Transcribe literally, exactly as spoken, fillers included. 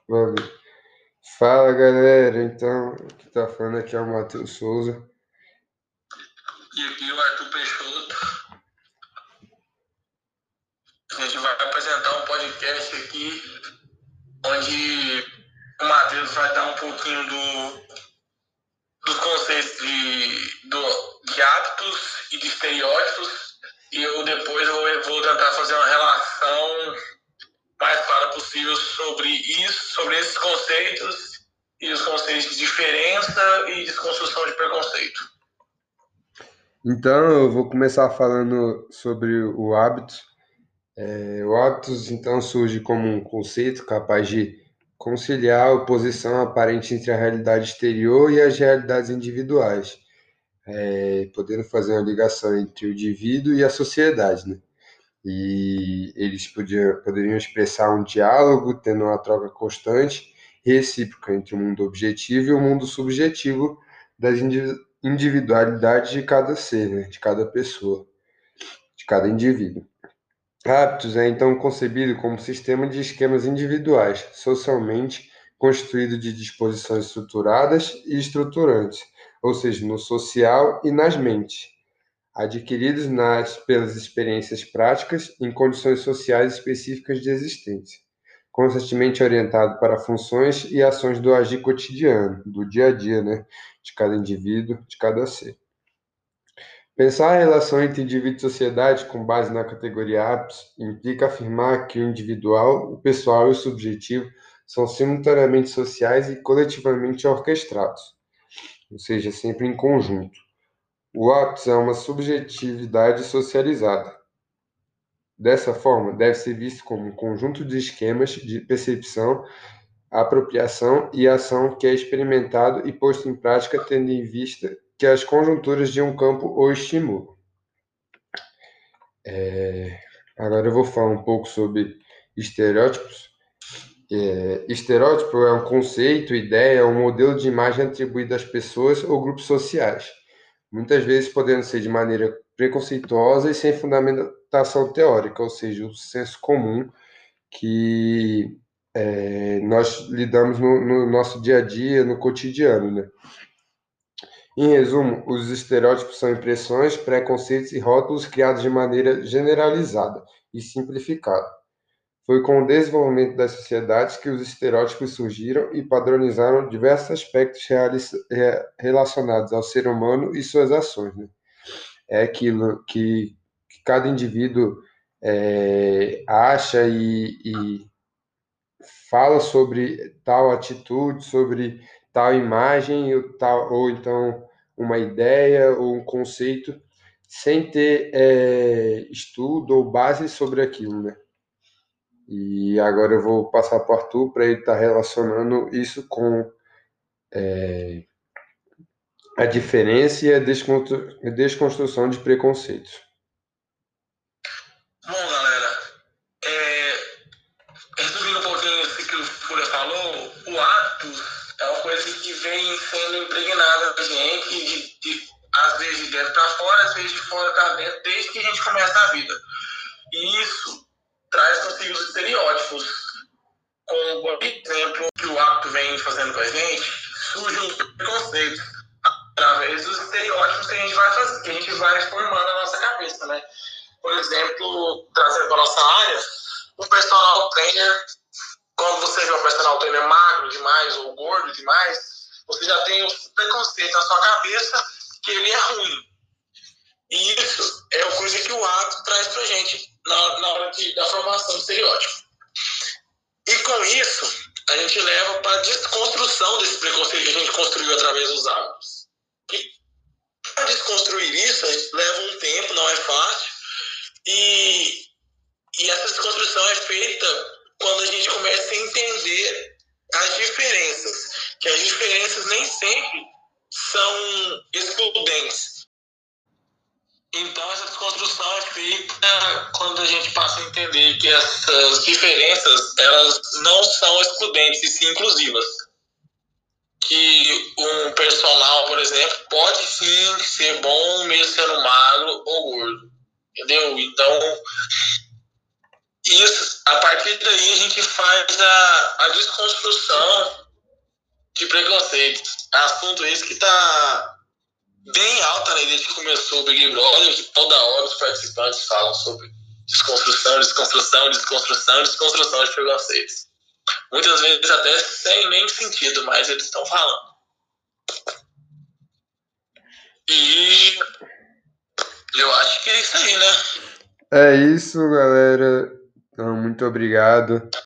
Valeu. Fala, galera. Então, o que tá falando aqui é o Matheus Souza. E aqui o Arthur Peixoto. A gente vai apresentar um podcast aqui onde o Matheus vai dar um pouquinho do, dos conceitos de, do, de hábitos e de estereótipos, e eu depois vou, vou tentar fazer uma relação mais clara possível sobre isso, sobre esses conceitos e os conceitos de diferença e desconstrução de preconceito. Então, eu vou começar falando sobre o hábito. É, o hábitos, então, surge como um conceito capaz de conciliar a oposição aparente entre a realidade exterior e as realidades individuais, é, podendo fazer uma ligação entre o indivíduo e a sociedade, né? E eles podiam, poderiam expressar um diálogo, tendo uma troca constante e recíproca entre o mundo objetivo e o mundo subjetivo das indi- individualidades de cada ser, né? De cada pessoa, de cada indivíduo. Hábitos é então concebido como um sistema de esquemas individuais, socialmente constituído de disposições estruturadas e estruturantes, ou seja, no social e nas mentes adquiridos nas, pelas experiências práticas em condições sociais específicas de existência, constantemente orientado para funções e ações do agir cotidiano, do dia a dia, né, de cada indivíduo, de cada ser. Pensar a relação entre indivíduo e sociedade com base na categoria hábitos implica afirmar que o individual, o pessoal e o subjetivo são simultaneamente sociais e coletivamente orquestrados, ou seja, sempre em conjunto. O hábitos é uma subjetividade socializada. Dessa forma, deve ser visto como um conjunto de esquemas de percepção, apropriação e ação que é experimentado e posto em prática tendo em vista que as conjunturas de um campo o estimulam. É, Agora eu vou falar um pouco sobre estereótipos. É, estereótipo é um conceito, ideia, um modelo de imagem atribuído às pessoas ou grupos sociais, muitas vezes podendo ser de maneira preconceituosa e sem fundamentação teórica, ou seja, o senso comum que é, nós lidamos no, no nosso dia a dia, no cotidiano, né? Em resumo, os estereótipos são impressões, preconceitos e rótulos criados de maneira generalizada e simplificada. Foi com o desenvolvimento das sociedades que os estereótipos surgiram e padronizaram diversos aspectos relacionados ao ser humano e suas ações, né? É aquilo que, que cada indivíduo é, acha e, e fala sobre tal atitude, sobre tal imagem, ou, tal, ou então uma ideia ou um conceito, sem ter é, estudo ou base sobre aquilo, né? E agora eu vou passar para o Arthur para ele estar relacionando isso com a diferença e a desconstru- a desconstrução de preconceitos. Bom, galera, é, resumindo um pouquinho isso que o Fúria falou, o hábitos é uma coisa que vem sendo impregnada da gente, de, de, às vezes de dentro para fora, às vezes de fora para dentro, desde que a gente começa a vida. E isso traz consigo os estereótipos. Como, por exemplo, que o hábito vem fazendo com a gente, surge um preconceito através dos estereótipos que a gente vai fazer, que a gente vai formando na nossa cabeça, né? Por exemplo, trazendo para nossa área, um personal trainer, quando você vê um personal trainer magro demais ou gordo demais, você já tem um preconceito na sua cabeça que ele é ruim. E isso é uma coisa que o hábito traz pra gente na, na hora de, da formação do estereótipo. E com isso, a gente leva para a desconstrução desse preconceito que a gente construiu através dos hábitos. E para desconstruir isso, leva um tempo, não é fácil. E, e essa desconstrução é feita quando a gente começa a entender as diferenças. Que as diferenças nem sempre são excludentes. Então, essa desconstrução é feita quando a gente passa a entender que essas diferenças elas não são excludentes e sim inclusivas. Que um personal, por exemplo, pode sim ser bom mesmo sendo magro ou gordo. Entendeu? Então, Isso, a partir daí a gente faz a, a desconstrução de preconceitos. Assunto esse que está bem alta, né, desde que começou o Big Brother, que toda hora os participantes falam sobre desconstrução, desconstrução, desconstrução, desconstrução de preconceitos. Muitas vezes até sem nem sentido, mas eles estão falando. E eu acho que é isso aí, né? É isso, galera. Então, muito obrigado.